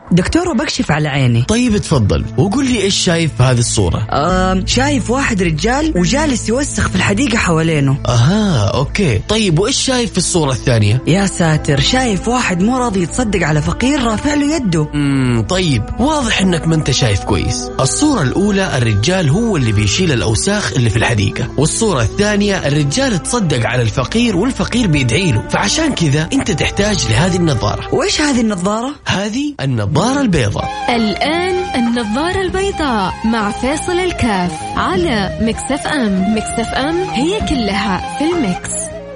دكتور وبكشف على عيني. طيب اتفضل وقول لي إيش شايف في هذه الصورة؟ شايف واحد رجال وجالس يوسخ في الحديقة حوالينه. أوكي. طيب وإيش شايف في الصورة الثانية؟ يا ساتر، شايف واحد مو راضي يتصدق على فقير رافع له يده. طيب واضح إنك ما أنت شايف كويس. الصورة الأولى الرجال هو اللي بيشيل الأوساخ اللي في الحديقة، والصورة الثانية الرجال تصدق على الفقير والفقير بيدعي له، فعشان كذا أنت تحتاج لهذه النظارة. وإيش هذه النظارة؟ هذه النظارة البيضاء. الآن النظارة البيضاء مع فيصل الكاف على ميكس اف ام. ميكس اف ام هي كلها في الميكس.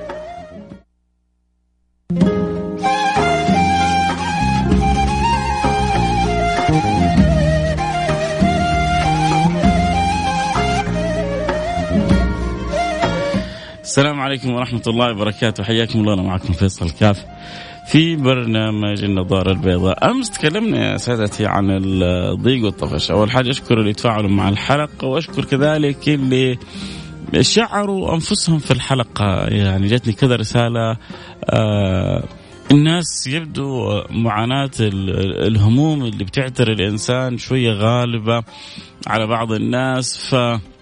السلام عليكم ورحمة الله وبركاته، حياكم الله. أنا معكم فيصل الكاف في برنامج النظارة البيضاء. أمس تكلمنا يا سادتي عن الضيق والطفش. أول حاجة أشكر اللي تفاعلوا مع الحلقة، وأشكر كذلك اللي شعروا أنفسهم في الحلقة. يعني جاتني كذا رسالة، الناس يبدو معاناة الهموم اللي بتعتري الإنسان شوية غالبة على بعض الناس،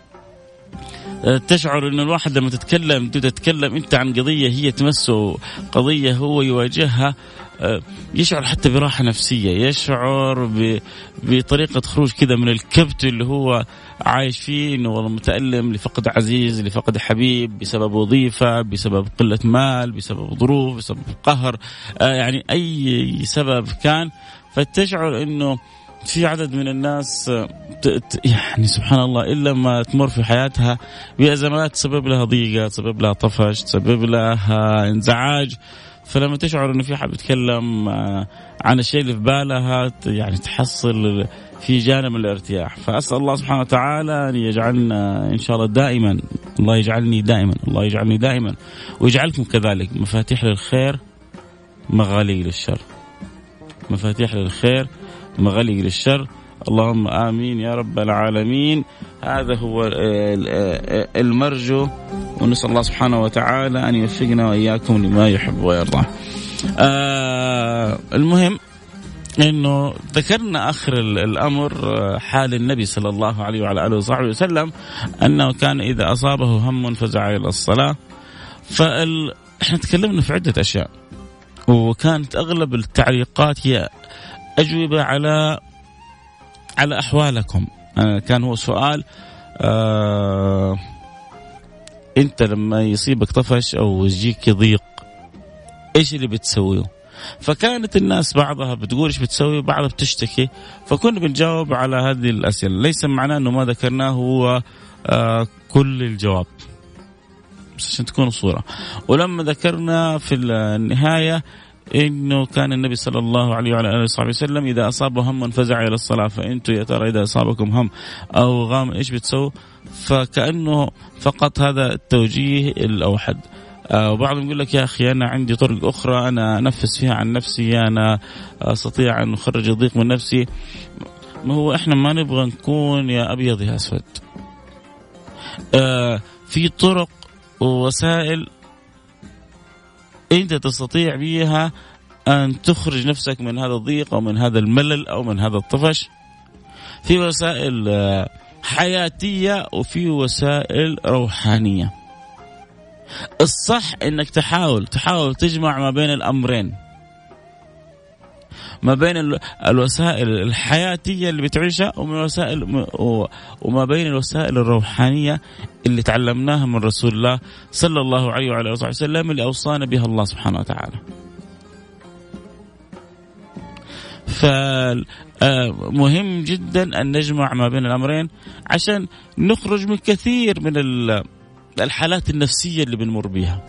تشعر أن الواحد لما تتكلم أنت عن قضية هي تمسه، قضية هو يواجهها، يشعر حتى براحة نفسية، يشعر بطريقة خروج كذا من الكبت اللي هو عايش فيه، إنه والله متألم لفقد عزيز، لفقد حبيب، بسبب وظيفة، بسبب قلة مال، بسبب ظروف، بسبب قهر، يعني أي سبب كان. فتشعر إنه في عدد من الناس يعني سبحان الله إلا ما تمر في حياتها بأزمات تسبب لها ضيقة، تسبب لها طفش، تسبب لها انزعاج. فلما تشعر إنه في حد بيتكلم عن الشيء اللي في بالها، يعني تحصل في جانب من الارتياح. فأسأل الله سبحانه وتعالى أن يجعلنا إن شاء الله دائما، الله يجعلني دائما، الله يجعلني دائما ويجعلكم كذلك مفاتيح للخير مغاليق للشر، مفاتيح للخير مغاليق للشر. اللهم آمين يا رب العالمين. هذا هو المرجو، ونسأل الله سبحانه وتعالى أن يوفقنا وإياكم لما يحب ويرضى. المهم إنه ذكرنا آخر الأمر حال النبي صلى الله عليه وعلى آله وصحبه وسلم، أنه كان إذا أصابه هم فزع إلى الصلاة. إحنا تكلمنا في عدة أشياء، وكانت أغلب التعليقات هي أجوبة على أحوالكم. كان هو سؤال، أنت لما يصيبك طفش أو يجيك ضيق إيش اللي بتسويه؟ فكانت الناس بعضها بتقول إيش بتسوي، بعضها بتشتكي. فكنا بنجاوب على هذه الأسئلة. ليس معناه أنه ما ذكرناه هو كل الجواب، بس عشان تكون الصورة. ولما ذكرنا في النهاية إنه كان النبي صلى الله عليه وعلى آله وصحبه وسلم إذا أصابه هم فزع إلى الصلاة. فأنتوا يا ترى إذا أصابكم هم أو غام إيش بتسووا؟ فكأنه فقط هذا التوجيه الأوحد. وبعضهم يقول لك يا أخي أنا عندي طرق أخرى أنا أنفس فيها عن نفسي، أنا أستطيع أن أخرج الضيق من نفسي. ما هو إحنا ما نبغى نكون يا أبيض يا أسود. في طرق ووسائل أنت تستطيع بيها أن تخرج نفسك من هذا الضيق أو من هذا الملل أو من هذا الطفش. في وسائل حياتية وفي وسائل روحانية. الصح أنك تحاول تجمع ما بين الأمرين، ما بين الوسائل الحياتية اللي بتعيشها وما بين الوسائل الروحانية اللي تعلمناها من رسول الله صلى الله عليه وعلى آله وسلم، اللي أوصانا بها الله سبحانه وتعالى. فمهم جدا أن نجمع ما بين الأمرين عشان نخرج من كثير من الحالات النفسية اللي بنمر بها.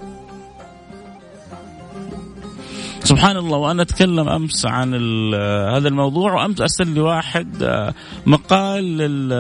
سبحان الله. وأنا أتكلم أمس عن هذا الموضوع، وأمس أرسل لي واحد مقال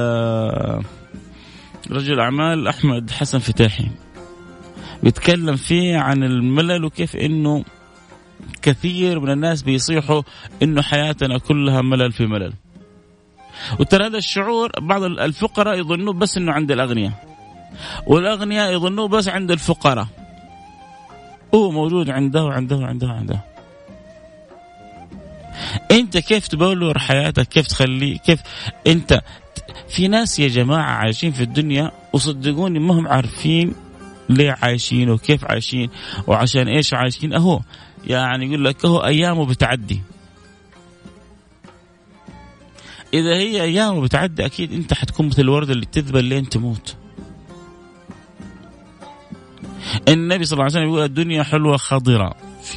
رجل أعمال أحمد حسن فتاحي بيتكلم فيه عن الملل، وكيف إنه كثير من الناس بيصيحوا إنه حياتنا كلها ملل في ملل. وترى هذا الشعور بعض الفقراء يظنوه بس إنه عند الأغنياء، والأغنياء يظنوه بس عند الفقراء. هو موجود عنده. انت كيف تبلور حياتك؟ كيف تخليه؟ كيف انت؟ في ناس يا جماعة عايشين في الدنيا وصدقوني ما هم عارفين ليه عايشين وكيف عايشين وعشان ايش عايشين. اهو يعني يقول لك اهو ايامه بتعدي. اذا هي ايامه بتعدي اكيد انت حتكون مثل الوردة اللي تذبل لين تموت. النبي صلى الله عليه وسلم يقول الدنيا حلوة خضرة،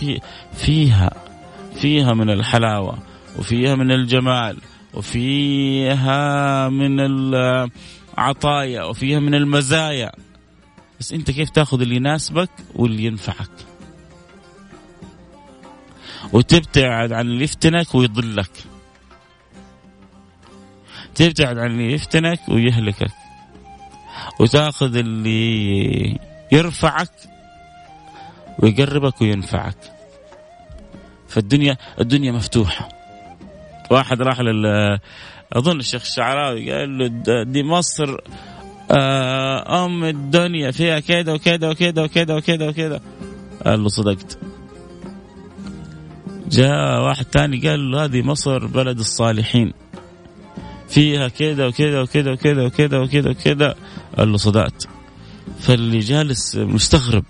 فيها من الحلاوة وفيها من الجمال وفيها من العطايا وفيها من المزايا، بس انت كيف تاخذ اللي يناسبك واللي ينفعك وتبتعد عن اللي يفتنك ويضلك، تبتعد عن اللي يفتنك ويهلكك، وتاخذ اللي يرفعك ويقربك وينفعك. فالدنيا مفتوحة. واحد راح أظن الشيخ الشعراوي قال له دي مصر أم الدنيا فيها كذا وكذا وكذا وكذا وكذا وكذا، قال له صدقت. جاء واحد تاني قال له هذه مصر بلد الصالحين فيها كذا وكذا وكذا وكذا وكذا وكذا وكذا، قال له صدقت. فاللي جالس مستغرب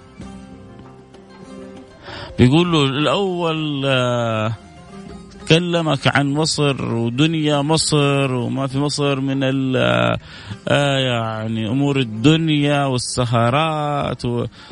بيقول له الأول كلمك عن مصر ودنيا مصر وما في مصر من يعني أمور الدنيا والسهرات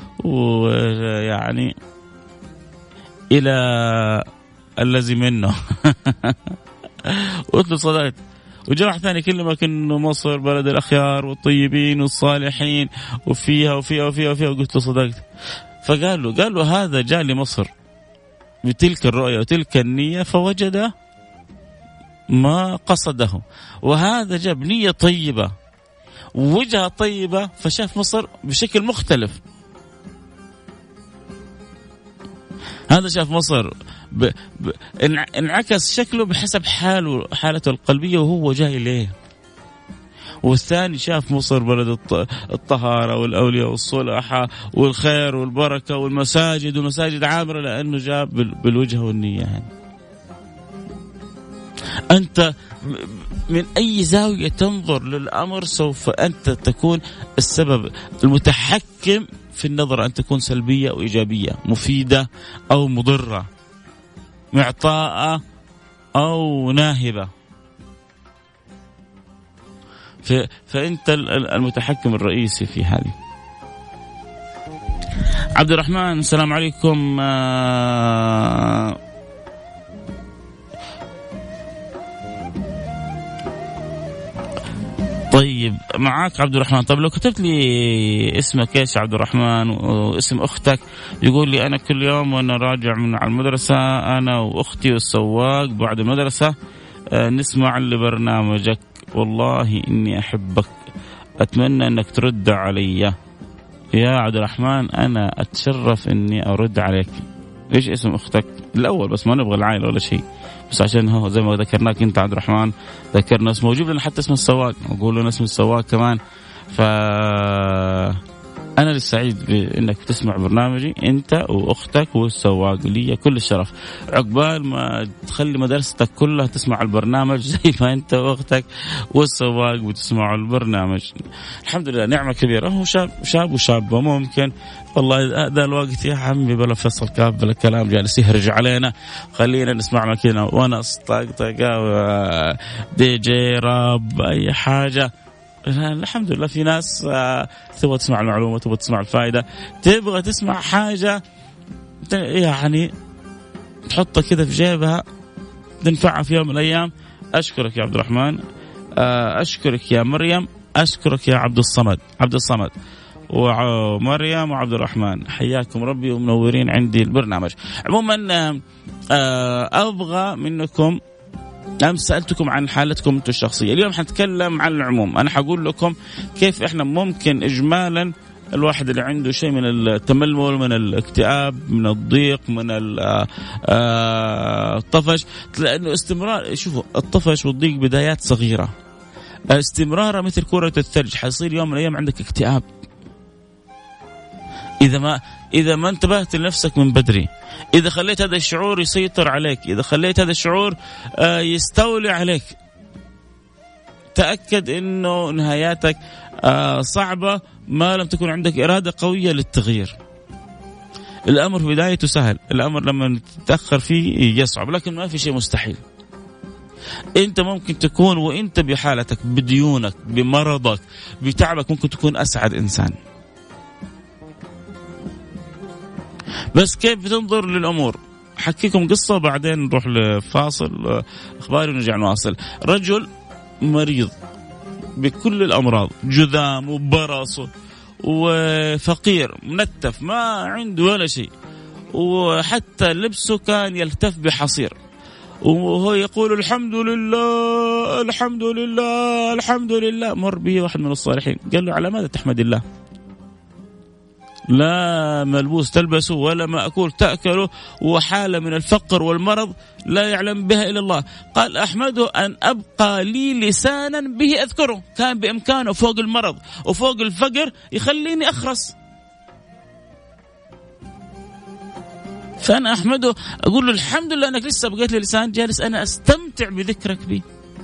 ويعني إلى الذي منه قلت له صدقت. وجاء واحد ثاني كلمك إنه مصر بلد الأخيار والطيبين والصالحين وفيها وفيها وفيها وفيها، وقلت له صدقت. فقال له هذا جاء لمصر بتلك الرؤية وتلك النية فوجد ما قصده، وهذا جاء بنية طيبة ووجهة طيبة فشاف مصر بشكل مختلف. هذا شاف مصر انعكس شكله بحسب حالته القلبية وهو جاي ليه. والثاني شاف مصر بلد الطهارة والأولياء والصلحة والخير والبركة والمساجد عامرة لأنه جاء بالوجهة والنية. يعني أنت من أي زاوية تنظر للأمر سوف أنت تكون السبب المتحكم في النظرة، أن تكون سلبية أو إيجابية، مفيدة أو مضرة، معطاءة أو ناهبة. فأنت المتحكم الرئيسي في هذه. عبد الرحمن السلام عليكم. طيب معاك عبد الرحمن. طيب لو كتبت لي اسمك ايش عبد الرحمن واسم اختك، يقول لي انا كل يوم وانا راجع من على المدرسة انا واختي والسواق بعد المدرسة نسمع لبرنامجك، والله اني احبك، اتمنى انك ترد علي. يا عبد الرحمن انا اتشرف اني ارد عليك. ايش اسم اختك الاول؟ بس ما نبغى العائله ولا شيء، بس عشان هو زي ما ذكرناك انت عبد الرحمن ذكرنا اسمه وجيب لنا حتى اسم السواق وقول لنا اسم السواق كمان. أنا للسعيد بأنك تسمع برنامجي أنت وأختك والسواق، لي كل الشرف. عقبال ما تخلي مدرستك كلها تسمع البرنامج زي ما أنت وأختك والسواق بتسمعوا البرنامج. الحمد لله نعمة كبيرة. هو شاب وشابة ممكن والله هذا الوقت يا عمي بلا فصل كاف بلا كلام جالس يهرج علينا، خلينا نسمع مكينة وانا طقطقة دي جي راب أي حاجة. الحمد لله في ناس تبغى تسمع المعلومة، تبغى تسمع الفائدة، تبغى تسمع حاجة يعني تحطها كذا في جيبها تنفعها في يوم من الأيام. أشكرك يا عبد الرحمن، أشكرك يا مريم، أشكرك يا عبد الصمد ومريم وعبد الرحمن، حياكم ربي ومنورين عندي البرنامج. عموما أبغى منكم، أمس سألتكم عن حالتكم أنتم الشخصية، اليوم حنتكلم عن العموم. أنا حقول لكم كيف إحنا ممكن إجمالا الواحد اللي عنده شيء من التململ، من الاكتئاب، من الضيق، من الطفش، لأنه استمرار، شوفوا الطفش والضيق بدايات صغيرة، استمرارها مثل كرة الثلج، حيصير يوم من الأيام عندك اكتئاب. إذا ما انتبهت لنفسك من بدري، إذا خليت هذا الشعور يسيطر عليك، إذا خليت هذا الشعور يستولي عليك، تأكد إنه نهاياتك صعبة ما لم تكن عندك إرادة قوية للتغيير. الأمر في بدايته سهل، الأمر لما تتأخر فيه يصعب، لكن ما في شيء مستحيل. أنت ممكن تكون وأنت بحالتك، بديونك، بمرضك، بتعبك، ممكن تكون أسعد إنسان. بس كيف بتنظر للأمور؟ حكيكم قصة بعدين نروح لفاصل أخباري ونرجع نواصل. رجل مريض بكل الأمراض، جذام وبرص وفقير منتف، ما عنده ولا شيء، وحتى لبسه كان يلتف بحصير، وهو يقول الحمد لله الحمد لله الحمد لله. مر به واحد من الصالحين قال له على ماذا تحمد الله؟ لا ملبوس تلبسه ولا مأكول تأكله، وحالة من الفقر والمرض لا يعلم بها إلا الله. قال أحمده أن أبقى لي لسانا به أذكره. كان بإمكانه فوق المرض وفوق الفقر يخليني أخرس، فأنا أحمده، أقول له الحمد لله أنك لسه بقيت لي لسان جالس أنا أستمتع بذكرك بي.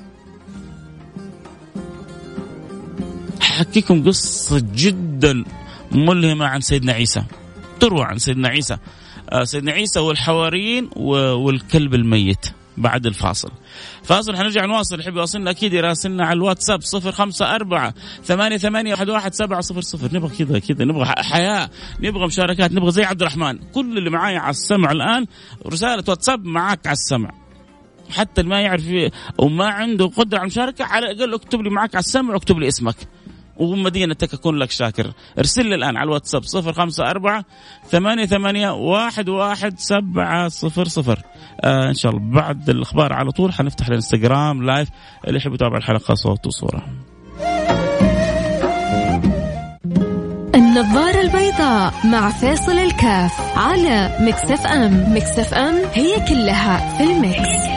حكيكم قصة جدا ملهمة عن سيدنا عيسى، تروى عن سيدنا عيسى. سيدنا عيسى والحواريين والكلب الميت. بعد الفاصل حنرجع نواصل. يحب يواصلنا أكيد يراسلنا على الواتساب 0548811700. نبغى كذا نبغى حياة، نبغى مشاركات، نبغى زي عبد الرحمن. كل اللي معايا على السمع الآن رسالة واتساب معاك على السمع، حتى اللي ما يعرف وما عنده قدرة على المشاركة على الأقل اكتب لي معاك على السمع واكتب لي اسمك ومدينتك أكون لك شاكر. ارسل لي الآن على الواتساب 0548811700. إن شاء الله بعد الأخبار على طول حنفتح الانستغرام لايف اللي يحب يتابع الحلقة صوت وصورة. النظارة البيضاء مع فاصل الكاف على ميكس اف ام. ميكس اف ام هي كلها في الميكس.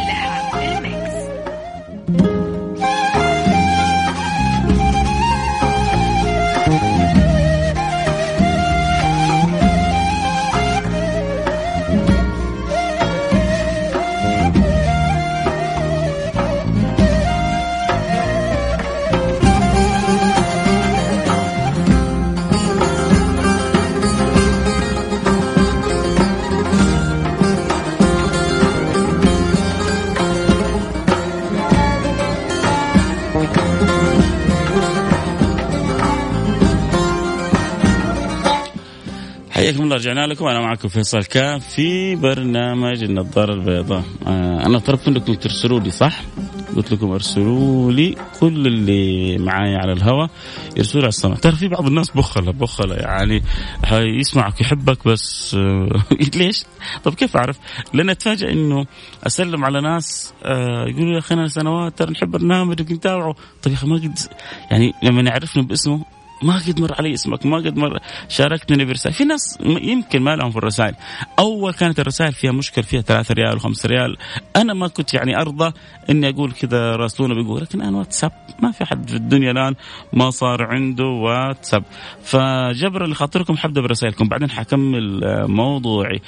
حياكم الله، رجعنا لكم. أنا معكم فيصل كاف في برنامج النظارة البيضاء. أنا طلبت منكم ترسلوا لي، صح؟ قلت لكم ارسلوا لي كل اللي معايا على الهواء، يرسلوا على السمع. ترى في بعض الناس بخلة يعني يسمعك يحبك بس ليش؟ طب كيف أعرف؟ لأن أتفاجأ إنه أسلم على ناس يقولوا يا أخي أنا سنوات ترى نحب برنامج نتابعه. طب يا أخي ما قد يعني لما نعرفنا باسمه ما قد مر علي اسمك، ما قد مر شاركتني برسائل. في ناس يمكن ما لهم في الرسائل، أول كانت الرسائل فيها مشكل، فيها 3 ريال و5 ريال، أنا ما كنت يعني أرضى إني أقول كذا راسلونا بيقول، لكن أنا واتساب ما في حد في الدنيا الآن ما صار عنده واتساب. فجبر اللي خاطركم حبدأ برسائلكم بعدين حكمل موضوعي.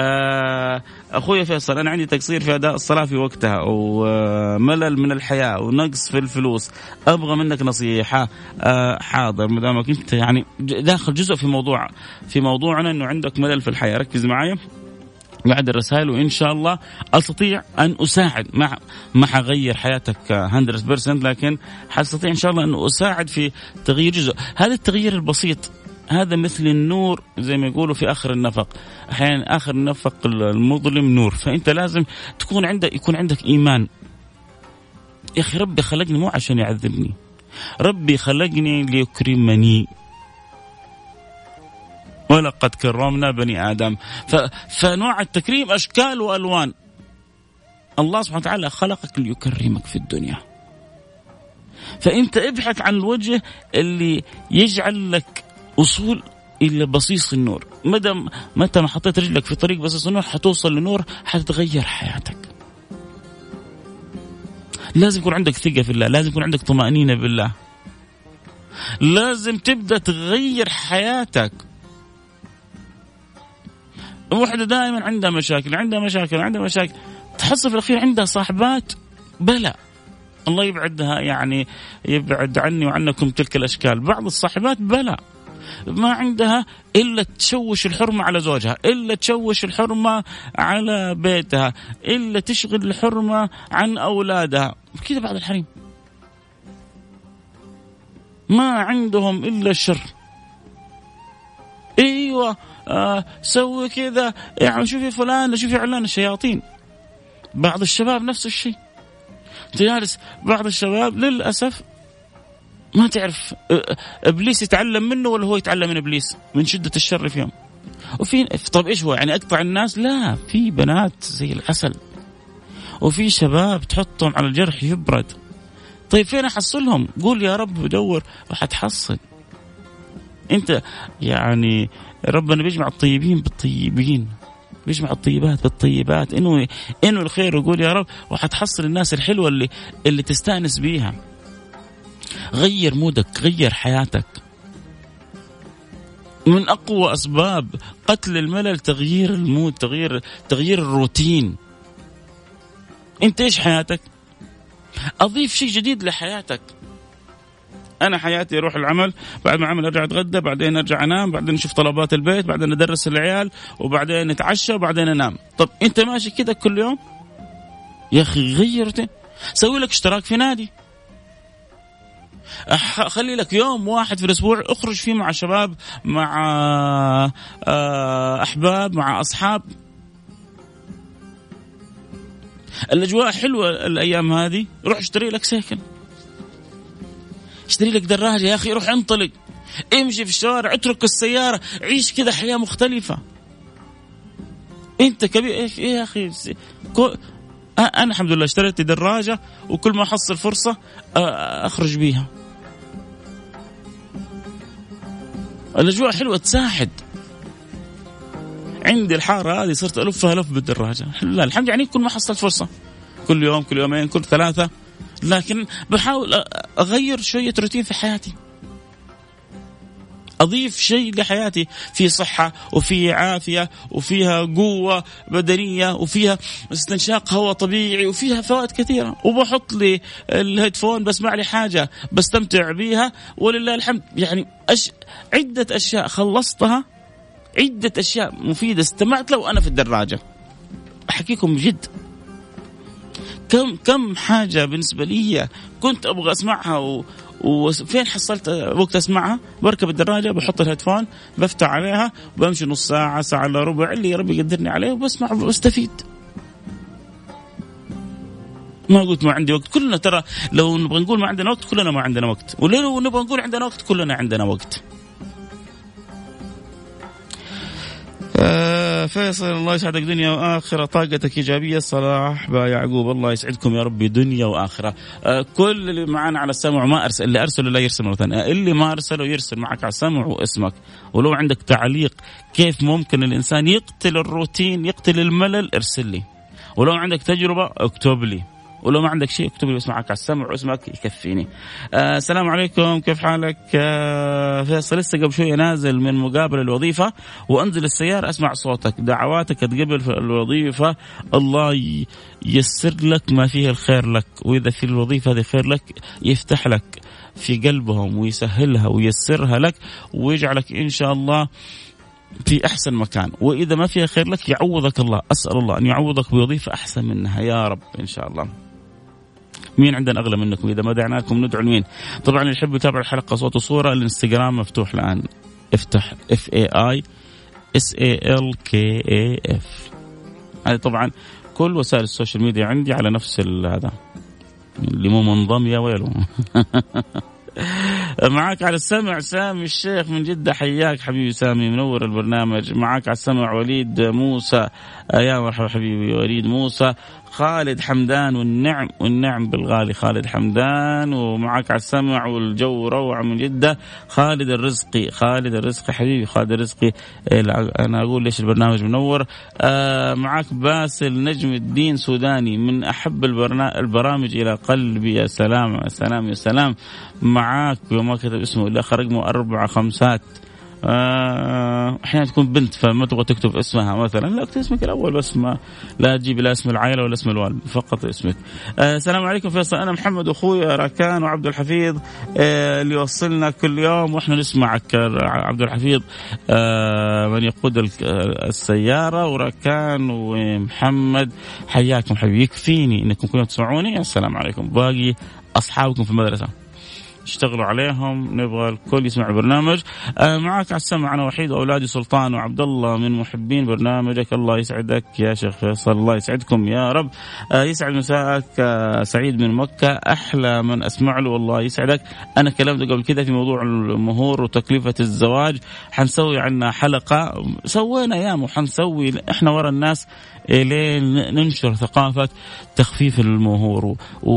أخوي فيصل، أنا عندي تقصير في أداء الصلاة في وقتها وملل من الحياة ونقص في الفلوس، أبغى منك نصيحة. حاضر، مدامك أنت يعني داخل جزء في موضوعنا إنه عندك ملل في الحياة، ركز معايا بعد الرسائل وإن شاء الله أستطيع أن أساعد. ما حغير حياتك 100%، لكن حستطيع إن شاء الله أن أساعد في تغيير جزء. هذا التغيير البسيط هذا مثل النور زي ما يقولوا في آخر النفق. أحيانا آخر النفق المظلم نور، فأنت لازم يكون عندك إيمان. يا أخي ربي خلقني مو عشان يعذبني، ربي خلقني ليكرمني، ولقد كرمنا بني آدم. فنوع التكريم أشكال وألوان. الله سبحانه وتعالى خلقك ليكرمك في الدنيا، فأنت ابحث عن الوجه اللي يجعل لك وصول إلى بصيص النور. متى ما حطيت رجلك في طريق بصيص النور حتوصل لنور، حتتغير حياتك. لازم يكون عندك ثقة في الله، لازم يكون عندك طمأنينة بالله، لازم تبدأ تغير حياتك. واحدة دائما عندها مشاكل، تحصل في الأخير عندها صاحبات بلا، الله يبعدها يعني، يبعد عني وعنكم تلك الأشكال. بعض الصاحبات بلا ما عندها إلا تشوش الحرمة على زوجها، إلا تشوش الحرمة على بيتها، إلا تشغل الحرمة عن أولادها. كذا بعض الحريم ما عندهم إلا الشر. ايوه سوي كذا، يعني شوفي فلان، شوفي علان، الشياطين. بعض الشباب نفس الشيء، تجالس بعض الشباب للأسف ما تعرف إبليس يتعلم منه ولا هو يتعلم من إبليس من شدة الشر فيهم. وفي طب إيش هو يعني أقطع الناس؟ لا، في بنات زي العسل، وفي شباب تحطهم على الجرح يبرد. طيب فين أحصلهم؟ قول يا رب ودور وحتحصل. أنت يعني ربنا بيجمع الطيبين بالطيبين، بيجمع الطيبات بالطيبات، إنه الخير، وقول يا رب وحتحصل الناس الحلوة اللي تستأنس بيها. غير مودك، غير حياتك. من أقوى أسباب قتل الملل تغيير المود، تغيير الروتين. أنت إيش حياتك؟ أضيف شيء جديد لحياتك. أنا حياتي أروح العمل، بعد ما عمل أرجع أتغدى، بعدين أرجع أنام، بعدين أشوف طلبات البيت، بعدين أدرس العيال، وبعدين نتعشى، وبعدين أنام. طب أنت ماشي كده كل يوم؟ يا أخي غيرت، سوي لك اشتراك في نادي، خلي لك يوم واحد في الأسبوع اخرج فيه مع شباب، مع أحباب، مع أصحاب. الأجواء حلوة الأيام هذه، روح اشتري لك سيكل، اشتري لك دراجة يا أخي، روح انطلق، امشي في الشوارع، اترك السيارة، عيش كذا حياة مختلفة. انت كبير ايش يا أخي؟ أنا الحمد لله اشتريت دراجة، وكل ما أحصل فرصة أخرج بيها. الأجواء حلوة تساعد. عندي الحارة هذه صرت ألف بالدراجة، لا الحمد يعني كل ما حصلت فرصة، كل يوم، كل يومين، كل 3، لكن بحاول أغير شوية روتين في حياتي، أضيف شيء لحياتي، في صحة وفي عافية وفيها قوة بدنية وفيها استنشاق هواء طبيعي وفيها فوائد كثيرة. وبحط لي الهيدفون بسمع لي حاجة بستمتع بيها، ولله الحمد يعني عدة أشياء خلصتها، عدة أشياء مفيدة استمعت لو أنا في الدراجة. أحكيكم بجد كم حاجة بالنسبة لي كنت أبغى أسمعها وفين حصلت وقت أسمعها؟ بركب الدراجة، بحط الهيدفون، بفتح عليها، بمشي نص ساعة، ساعة إلا ربع اللي ربي يقدرني عليه، وبسمع وبستفيد. ما قلت ما عندي وقت، كلنا ترى لو نبغى نقول ما عندنا وقت كلنا ما عندنا وقت، ولو نبغى نقول عندنا وقت كلنا عندنا وقت. فيصل الله يسعدك دنيا وآخرة، طاقتك إيجابية. صلاح با يعقوب الله يسعدكم يا ربي دنيا وآخرة. كل اللي معنا على السمع ما أرسل، اللي أرسله لا يرسل مرة ثانية، اللي ما أرسله يرسل معك على السمع واسمك. ولو عندك تعليق كيف ممكن الإنسان يقتل الروتين، يقتل الملل، ارسل لي. ولو عندك تجربة اكتب لي، ولو ما عندك شيء اكتب لي واسمعك على السمع واسمك يكفيني. السلام عليكم، كيف حالك؟ فيصل لسه قبل شوية نازل من مقابلة الوظيفة، وانزل السيارة اسمع صوتك، دعواتك تقبل في الوظيفة، الله ييسر لك ما فيه الخير لك، وإذا في الوظيفة هذه خير لك يفتح لك في قلبهم ويسهلها وييسرها لك ويجعلك إن شاء الله في أحسن مكان، وإذا ما فيها خير لك يعوضك الله. أسأل الله أن يعوضك بوظيفة أحسن منها يا رب إن شاء الله. مين عندنا أغلى منكم؟ إذا ما دعناكم ندعو لمين؟ طبعا اللي يحب يتابع الحلقة صوت وصورة، الانستغرام مفتوح الآن، افتح FAISALKAF. هذه طبعا كل وسائل السوشيال ميديا عندي على نفس هذا، اللي مو منضم يا ويلو. معاك على السمع سامي الشيخ من جدة، حياك حبيبي سامي، منور البرنامج. معاك على السمع وليد موسى، يا مرحبا حبيبي وليد موسى. خالد حمدان، والنعم بالغالي خالد حمدان. ومعاك على السمع والجو روعة من جدة خالد الرزقي حبيبي خالد الرزقي. أنا أقول ليش البرنامج منور. معاك باسل نجم الدين سوداني، من أحب البرامج إلى قلبي. يا سلام يا سلام يا سلام. معاك وما كتب اسمه إلا خرج 4 5 أحيانا تكون بنت فما تبغى تكتب اسمها مثلا، لا اكتب اسمك الأول بس، ما لا تجيب لا اسم العائلة ولا اسم الوالد، فقط اسمك. السلام عليكم فيصل، أنا محمد أخوي راكان وعبد الحفيظ اللي يوصلنا كل يوم وإحنا نسمعك. عبد الحفيظ من يقود السيارة، وراكان ومحمد حياكم حبيبي، يكفيني إنكم كلكم تسمعوني. السلام عليكم. باقي أصحابكم في المدرسة اشتغلوا عليهم، نبغى الكل يسمع البرنامج. معك على السمع أنا وحيد وأولادي سلطان وعبد الله من محبين برنامجك. الله يسعدك يا شيخ فيصل، الله يسعدكم يا رب. يسعد مساءك. سعيد من مكة، أحلى من أسمع له، والله يسعدك. أنا كلمت قبل كده في موضوع المهور وتكلفة الزواج، حنسوي عنها حلقة، سوينا أيام وحنسوي إحنا ورا الناس لين ننشر ثقافة تخفيف المهور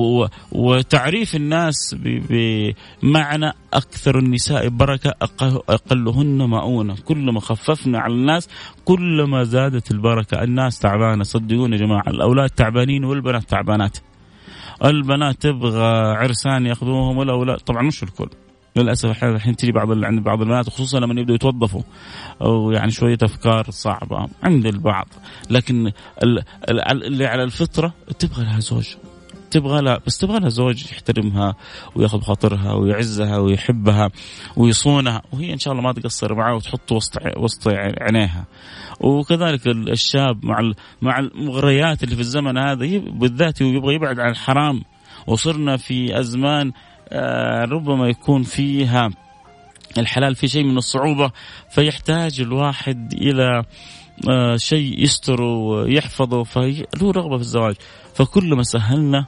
وتعريف الناس بمعنى أكثر النساء بركة أقلهن مؤونة. كلما خففنا على الناس كلما زادت البركة. الناس تعبانة صدقوني يا جماعة، الأولاد تعبانين والبنات تعبانات. البنات تبغى عرسان يأخذوهم والأولاد طبعا مش الكل للأسف. الحين تجي عند بعض البنات خصوصا لما يبدأوا يتوظفوا أو يعني شوية أفكار صعبة عند البعض، لكن اللي على الفطرة تبغى لها زوج، تبغى لها زوج يحترمها وياخذ خاطرها ويعزها ويحبها ويصونها، وهي إن شاء الله ما تقصر معه وتحط وسط عينيها. وكذلك الشاب مع المغريات اللي في الزمن هذا بالذات يبغى يبعد عن الحرام، وصرنا في أزمان ربما يكون فيها الحلال في شيء من الصعوبة، فيحتاج الواحد إلى شيء يستره ويحفظه، فله رغبة في الزواج. فكل ما سهلنا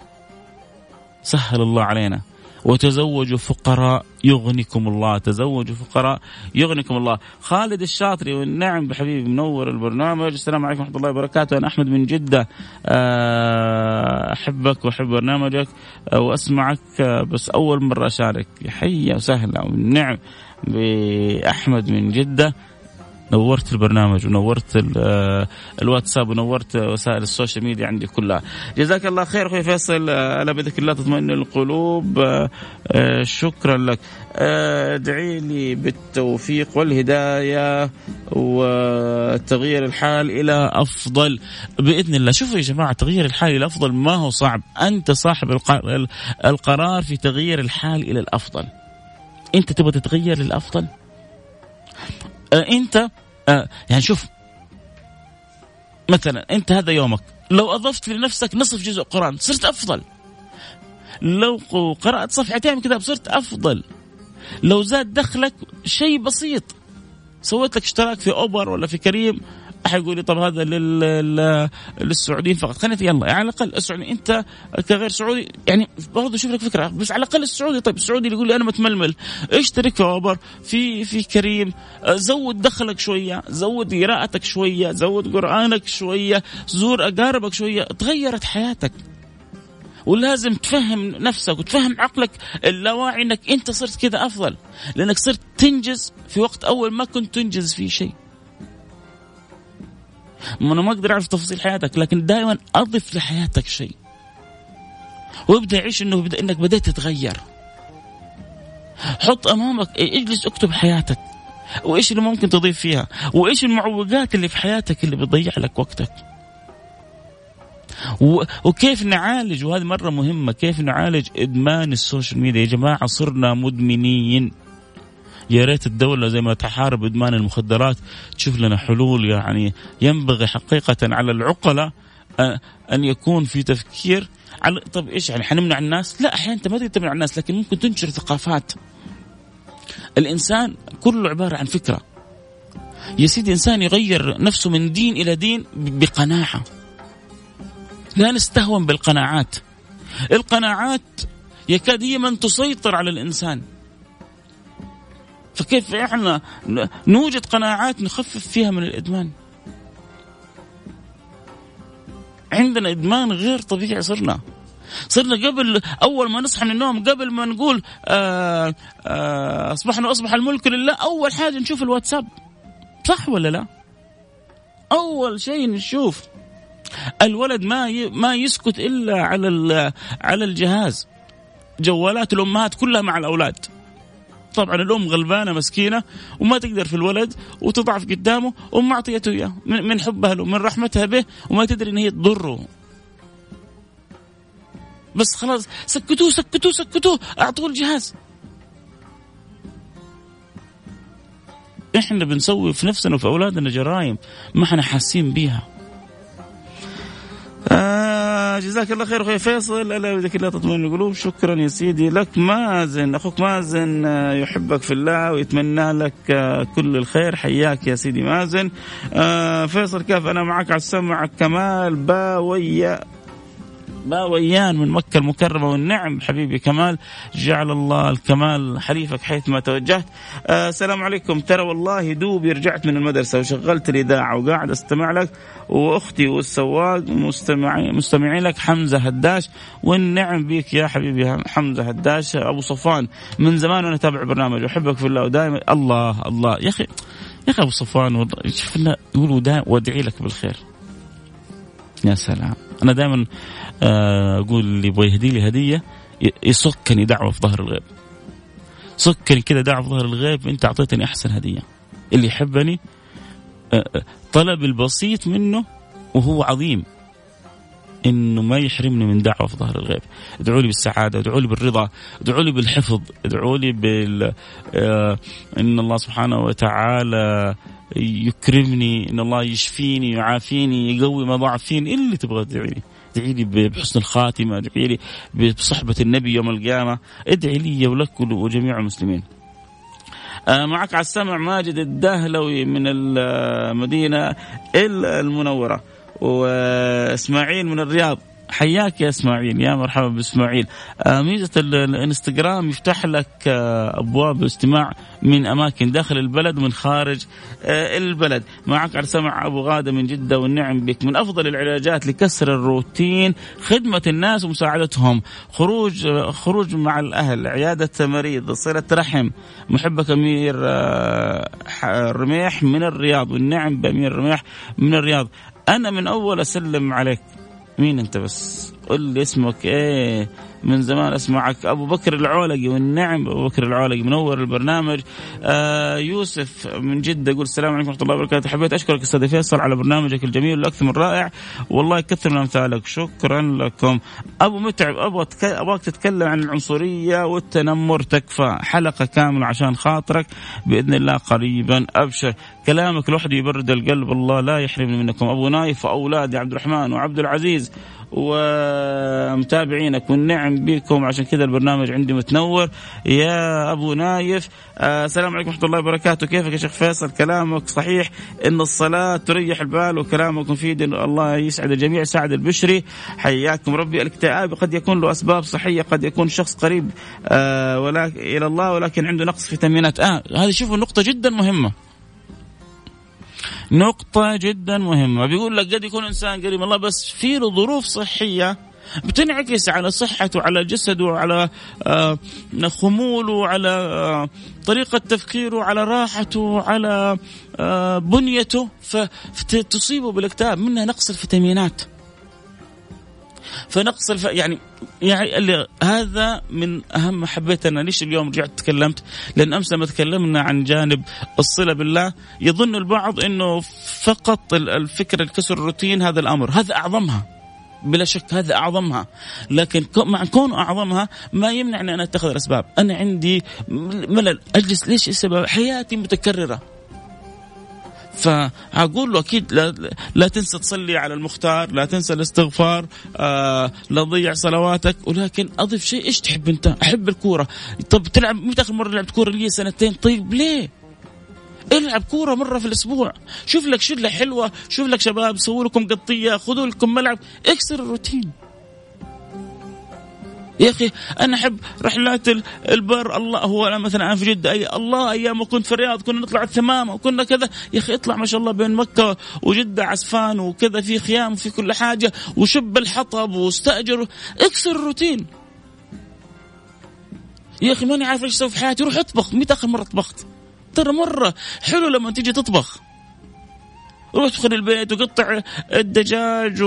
سهل الله علينا. وتزوجوا فقراء يغنيكم الله، تزوجوا فقراء يغنيكم الله. خالد الشاطري والنعم بحبيبي منور البرنامج. السلام عليكم ورحمة الله وبركاته. أنا أحمد من جدة، أحبك وأحب برنامجك وأسمعك، بس أول مرة أشارك. حيا وسهلا والنعم بأحمد من جدة. نورت البرنامج ونورت الواتساب ونورت وسائل السوشيال ميديا عندي كلها. جزاك الله خير أخوي فيصل، ألا بذكر الله تطمئن القلوب. شكرا لك. ادعي لي بالتوفيق والهداية وتغيير الحال إلى أفضل بإذن الله. شوفوا يا جماعة، تغيير الحال إلى أفضل ما هو صعب، أنت صاحب القرار في تغيير الحال إلى الأفضل. أنت تبغى تتغير للأفضل، أنت يعني شوف مثلا أنت هذا يومك لو أضفت لنفسك نصف جزء قرآن صرت أفضل، لو قرأت صفحتين من كتاب صرت أفضل، لو زاد دخلك شيء بسيط، سويت لك اشتراك في أوبر ولا في كريم، أحد يقول لي طب هذا للسعوديين فقط، خلينا يلا على الأقل السعودي، أنت كغير سعودي يعني برضه شوف لك فكرة، بس على الأقل السعودي. طيب السعودي اللي يقول لي أنا متململ، اشترك في أوبر في كريم، زود دخلك شوية، زود قراءتك شوية، زود قرآنك شوية، زور أقاربك شوية، تغيرت حياتك. ولازم تفهم نفسك وتفهم عقلك اللاواعي انك انت صرت كذا افضل، لانك صرت تنجز في وقت اول ما كنت تنجز فيه شيء. انا ما اقدر اعرف تفاصيل حياتك، لكن دائما اضف لحياتك شيء وابدا عيش انك بدأت تتغير. حط امامك، اجلس اكتب حياتك وايش اللي ممكن تضيف فيها، وايش المعوقات اللي في حياتك اللي بتضيع لك وقتك، وكيف نعالج. وهذه مرة مهمة، كيف نعالج إدمان السوشيال ميديا. يا جماعة صرنا مدمنين. يا ريت الدولة زي ما تحارب إدمان المخدرات تشوف لنا حلول. يعني ينبغي حقيقة على العقلاء أن يكون في تفكير على طب إيش يعني حنمنع الناس؟ لا، أحيانا أنت ما تقدر تمنع الناس، لكن ممكن تنشر ثقافات. الإنسان كله عبارة عن فكرة يا سيدي. إنسان يغير نفسه من دين إلى دين بقناعة. لا نستهون بالقناعات. القناعات يكاد هي من تسيطر على الإنسان. فكيف احنا نوجد قناعات نخفف فيها من الإدمان؟ عندنا إدمان غير طبيعي. صرنا قبل أول ما نصحى من النوم، قبل ما نقول أصبح الملك لله، أول حاجة نشوف الواتساب. صح ولا لا؟ أول شيء نشوف. الولد ما يسكت إلا على الجهاز. جوالات الأمهات كلها مع الأولاد. طبعا الأم غلبانة مسكينة وما تقدر في الولد وتضعف قدامه وما أعطيته إياه من حبها له من رحمتها به وما تدري إن هي تضره، بس خلاص سكتوه سكتوه سكتوه أعطوه الجهاز. إحنا بنسوي في نفسنا وفي أولادنا جرائم ما إحنا حاسين بيها. جزاك الله خير أخوي فيصل، ألا بذلك الله تطمئن القلوب. شكرا يا سيدي لك. مازن أخوك مازن يحبك في الله ويتمنى لك كل الخير، حياك يا سيدي مازن. فيصل كيف أنا معك على السمع. كمال باويان من مكة المكرمة، والنعم حبيبي كمال، جعل الله الكمال حليفك حيثما توجهت. السلام عليكم. ترى والله دوبي رجعت من المدرسة وشغلت الإذاعة وقاعد استمع لك، وأختي والسواق مستمعين لك. حمزة هداش، والنعم بيك يا حبيبي حمزة هداش. أبو صفوان من زمان وأنا أتابع برنامج وأحبك في الله ودائما. الله يا أخي أبو صفوان شفنا يقولوا دائما وادعي لك بالخير. يا سلام. أنا دائما أقول اللي يبغى يهدي لي هدية يسكني دعوة في ظهر الغيب، سكني كده دعوة في ظهر الغيب، أنت أعطيتني أحسن هدية. اللي يحبني طلب البسيط منه وهو عظيم إنه ما يحرمني من دعوة في ظهر الغيب. ادعوا لي بالسعادة، ادعوا لي بالرضا، ادعوا لي بالحفظ، ادعوا لي إن الله سبحانه وتعالى يكرمني، إن الله يشفيني يعافيني يقوي ما ضعف فيني. اللي تبغى ادعي لي بحسن الخاتمة، ادعي لي بصحبة النبي يوم القيامة، ادعي لي ولك وجميع المسلمين. معك على السمع ماجد الدهلوي من المدينة المنورة، وإسماعيل من الرياض. حياك يا إسماعيل، يا مرحبا بإسماعيل. ميزة الانستغرام يفتح لك أبواب استماع من أماكن داخل البلد ومن خارج البلد. معك على سمع أبو غادة من جدة، والنعم بك. من العلاجات لكسر الروتين خدمة الناس ومساعدتهم، خروج مع الأهل، عيادة مريض، صلة رحم. محبك أمير رميح من الرياض، والنعم بأمير رميح من الرياض. أنا من أول أسلم عليك. مين أنت بس؟ قل لي اسمك إيه، من زمان أسمعك. أبو بكر العولقي، والنعم أبو بكر العولقي منور البرنامج. يوسف من جدة يقول السلام عليكم ورحمة الله وبركاته. حبيت أشكرك أستاذ فيصل على برنامجك الجميل والأكثر من رائع، والله يكثر من أمثالك. شكرا لكم. أبو متعب، أبغاك تتكلم عن العنصرية والتنمر، تكفى حلقة كاملة عشان خاطرك بإذن الله قريبا. أبشر، كلامك لوحده يبرد القلب، الله لا يحرمني منكم. أبو نايف وأولادي عبد الرحمن وعبد العزيز ومتابعينك، والنعم بكم، عشان كذا البرنامج عندي متنور يا أبو نايف. السلام عليكم ورحمة الله وبركاته. كيفك يا شيخ فيصل؟ كلامك صحيح إن الصلاة تريح البال، وكلامك مفيد، الله يسعد الجميع. سعد البشري، حياكم ربي. الاكتئاب قد يكون له أسباب صحية، قد يكون شخص قريب إلى الله ولكن عنده نقص فيتامينات. هذه شوفوا نقطة جدا مهمة، نقطة جدا مهمة. بيقول لك قد يكون إنسان قريب الله بس في له ظروف صحية بتنعكس على صحته وعلى جسده وعلى خموله وعلى طريقة تفكيره وعلى راحته وعلى بنيته، فتصيبه بالاكتئاب، منها نقص الفيتامينات. فنقص يعني هذا من أهم. حبيت أنا ليش اليوم رجعت تكلمت، لأن أمس لما تكلمنا عن جانب الصلة بالله يظن البعض أنه فقط الفكرة الكسر الروتين هذا الأمر، هذا أعظمها بلا شك، هذا أعظمها، لكن مع كونه أعظمها ما يمنع أن أنا أتخذ الأسباب. أنا عندي ملل، أجلس ليش؟ السبب حياتي متكررة، فأقول له أكيد لا تنسى تصلي على المختار، لا تنسى الاستغفار، لا تضيع صلواتك. ولكن أضيف شيء، إيش تحب أنت؟ أحب الكورة. طب تلعب متى آخر مرة لعبت كورة؟ لي 2 سنين. طيب ليه؟ العب كورة مرة في الأسبوع، شوف لك شلة حلوة، شوف لك شباب سووا لكم قطية، خذوا لكم ملعب، اكسر الروتين. يا أخي أنا أحب رحلات البر. الله هو أنا مثلا أنا في جدة، الله أيام كنت في الرياض كنا نطلع الثمامة وكنا كذا. يا أخي اطلع ما شاء الله بين مكة وجدة عسفان وكذا، في خيام وفي كل حاجة، وشب الحطب واستأجر. اكسر الروتين يا أخي. ماني عارف إيش أسوي في حياتي، روح اطبخ. متى آخر مرة طبخت؟ ترى مرة حلو لما تيجي تطبخ، روح تدخل البيت وقطع الدجاج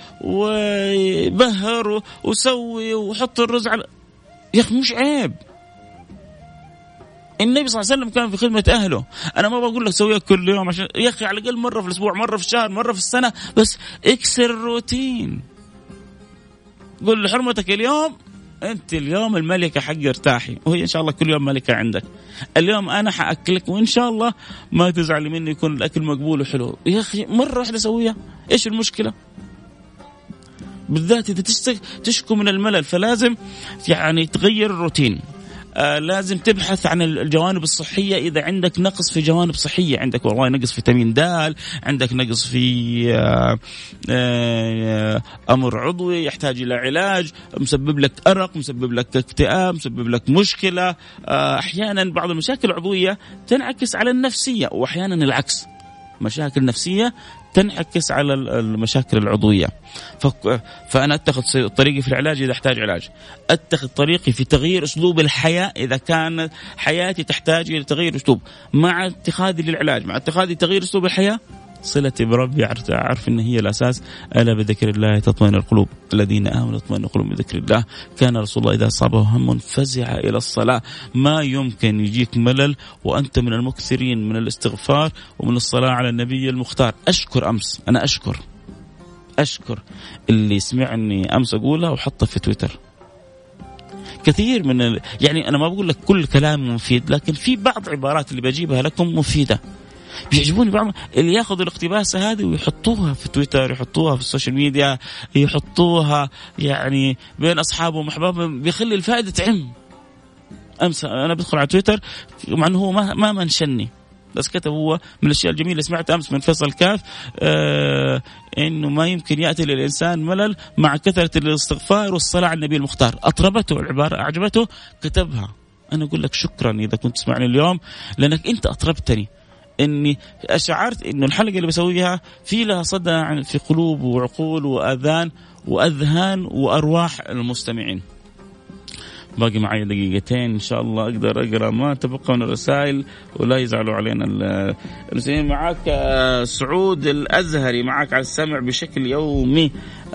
وبهر وسوي وحط الرز على. يا أخي مش عيب، النبي صلى الله عليه وسلم كان في خدمة أهله. أنا ما بقول لك سويها كل يوم، عشان يا أخي على الأقل مرة في الأسبوع، مرة في الشهر، مرة في السنة، بس اكسر الروتين. قل لحرمتك اليوم أنت اليوم الملكة حق ارتاحي، وهي إن شاء الله كل يوم ملكة عندك. اليوم أنا حأكلك وإن شاء الله ما تزعلي مني، يكون الأكل مقبول وحلو. يا أخي مرة واحدة سويها، إيش المشكلة؟ بالذات إذا تشكو من الملل، فلازم يعني تغير الروتين. لازم تبحث عن الجوانب الصحية. إذا عندك نقص في جوانب صحية، عندك والله نقص فيتامين د، عندك نقص في أمر عضوي يحتاج إلى علاج، مسبب لك أرق، مسبب لك اكتئاب، مسبب لك مشكلة. أحيانا بعض المشاكل العضوية تنعكس على النفسية، وأحيانا العكس، مشاكل نفسية تنعكس على المشاكل العضوية. فأنا أتخذ طريقي في العلاج إذا أحتاج علاج، أتخذ طريقي في تغيير أسلوب الحياة إذا كان حياتي تحتاج إلى تغيير أسلوب. مع اتخاذي للعلاج، مع اتخاذي تغيير أسلوب الحياة، صلتي بربي أعرف إن هي الأساس. ألا بذكر الله تطمئن القلوب، الذين آمنوا تطمئن قلوبهم بذكر الله. كان رسول الله إذا أصابه هم فزع إلى الصلاة. ما يمكن يجيك ملل وأنت من المكثرين من الاستغفار ومن الصلاة على النبي المختار. أشكر أمس، أنا أشكر اللي سمعني أمس أقولها وحطها في تويتر. كثير من يعني أنا ما بقول لك كل كلام مفيد، لكن في بعض عبارات اللي بجيبها لكم مفيدة، بيعجبوني بعض اللي ياخذوا الاقتباسة هذه ويحطوها في تويتر، يحطوها في السوشيال ميديا، يحطوها يعني بين أصحابهم وأحبابهم، بيخلي الفائدة تعم. أمس أنا بدخل على تويتر مع أنه هو ما منشني، بس كتب هو من الأشياء الجميلة اللي سمعت أمس من فيصل كاف، إنه ما يمكن يأتي للإنسان ملل مع كثرة الاستغفار والصلاة على النبي المختار. أطربته العبارة، أعجبته، كتبها. أنا أقول لك شكرا إذا كنت تسمعني اليوم، لأنك أنت أطربتني، إني أشعرت إنه الحلقة اللي بسويها في لها صدى في قلوب وعقول وأذان وأذهان وأرواح المستمعين. باقي معي دقيقتين إن شاء الله أقدر أقرأ ما تبقى من الرسائل ولا يزعلوا علينا المسلمين. معك سعود الأزهري، معك على السمع بشكل يومي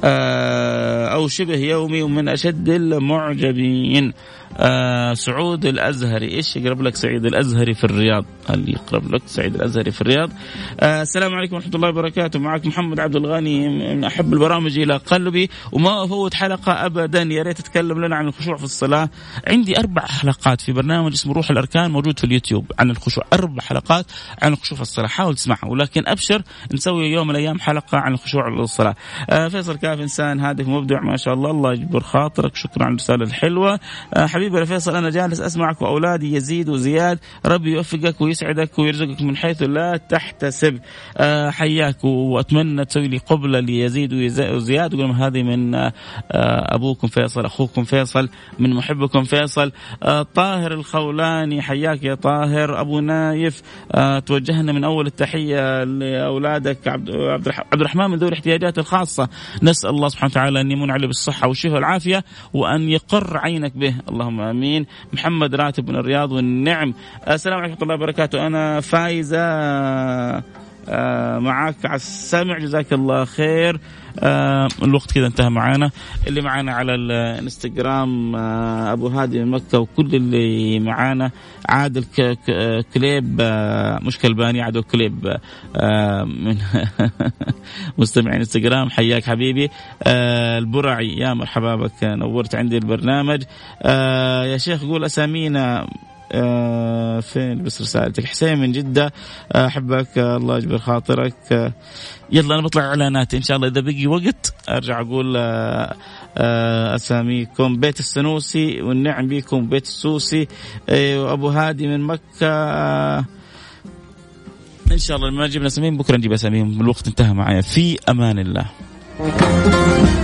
أو شبه يومي ومن أشد المعجبين. سعود الأزهري، إيش يقرب لك؟ سعيد الأزهري في الرياض، هل يقرب لك سعيد الأزهري في الرياض؟ السلام عليكم ورحمة الله وبركاته. معك محمد عبد الغني، من أحب البرامج إلى قلبي وما أفوت حلقة أبدا. يا ريت تتكلم لنا عن الخشوع في الصلاة. عندي 4 حلقات في برنامج اسمه روح الأركان موجود في اليوتيوب عن الخشوع، 4 حلقات عن الخشوع في الصلاة، حاول تسمعها. ولكن أبشر نسوي يوم من الأيام حلقة عن الخشوع في الصلاة. فيصل كاف إنسان هادف مبدع ما شاء الله، الله يجبر خاطرك، شكرا على الرسالة الحلوة. حبيبي يا فيصل، أنا جالس أسمعك وأولادي يزيد وزياد، ربي يوفقك ويسعدك ويرزقك من حيث لا تحتسب. حياك، وأتمنى تسوي لي قبلة ليزيد وزياد، وقول هذه من أبوكم فيصل، أخوكم فيصل، من محبكم فيصل. طاهر الخولاني، حياك يا طاهر. أبو نايف، توجهنا من أول التحية لأولادك عبد الرحمن من ذوي الاحتياجات الخاصة، نسأل الله سبحانه وتعالى أن يمن عليه بالصحة والشفاء والعافية وأن يقر عينك به، اللهم آمين. محمد راتب من الرياض والنعم. السلام عليكم ورحمة الله وبركاته. أنا فايزة معك على السمع، جزاك الله خير. الوقت كذا انتهى معانا. اللي معانا على الانستغرام أبو هادي من مكة، وكل اللي معانا عادل كليب، مش كلباني، عادل كليب من مستمعين انستغرام، حياك حبيبي. البرعي، يا مرحبا بك، نورت عندي البرنامج. يا شيخ قول أسامينا فين بس رسالتك. حسين من جدة، أحبك، الله يجبر خاطرك. يلا أنا بطلع إعلانات إن شاء الله، إذا بقي وقت أرجع أقول أساميكم. بيت السنوسي والنعم بيكم، بيت السوسي، وأبو هادي من مكة. إن شاء الله ما جبنا أساميهم بكرة نجيب أساميهم. الوقت انتهى معايا، في أمان الله.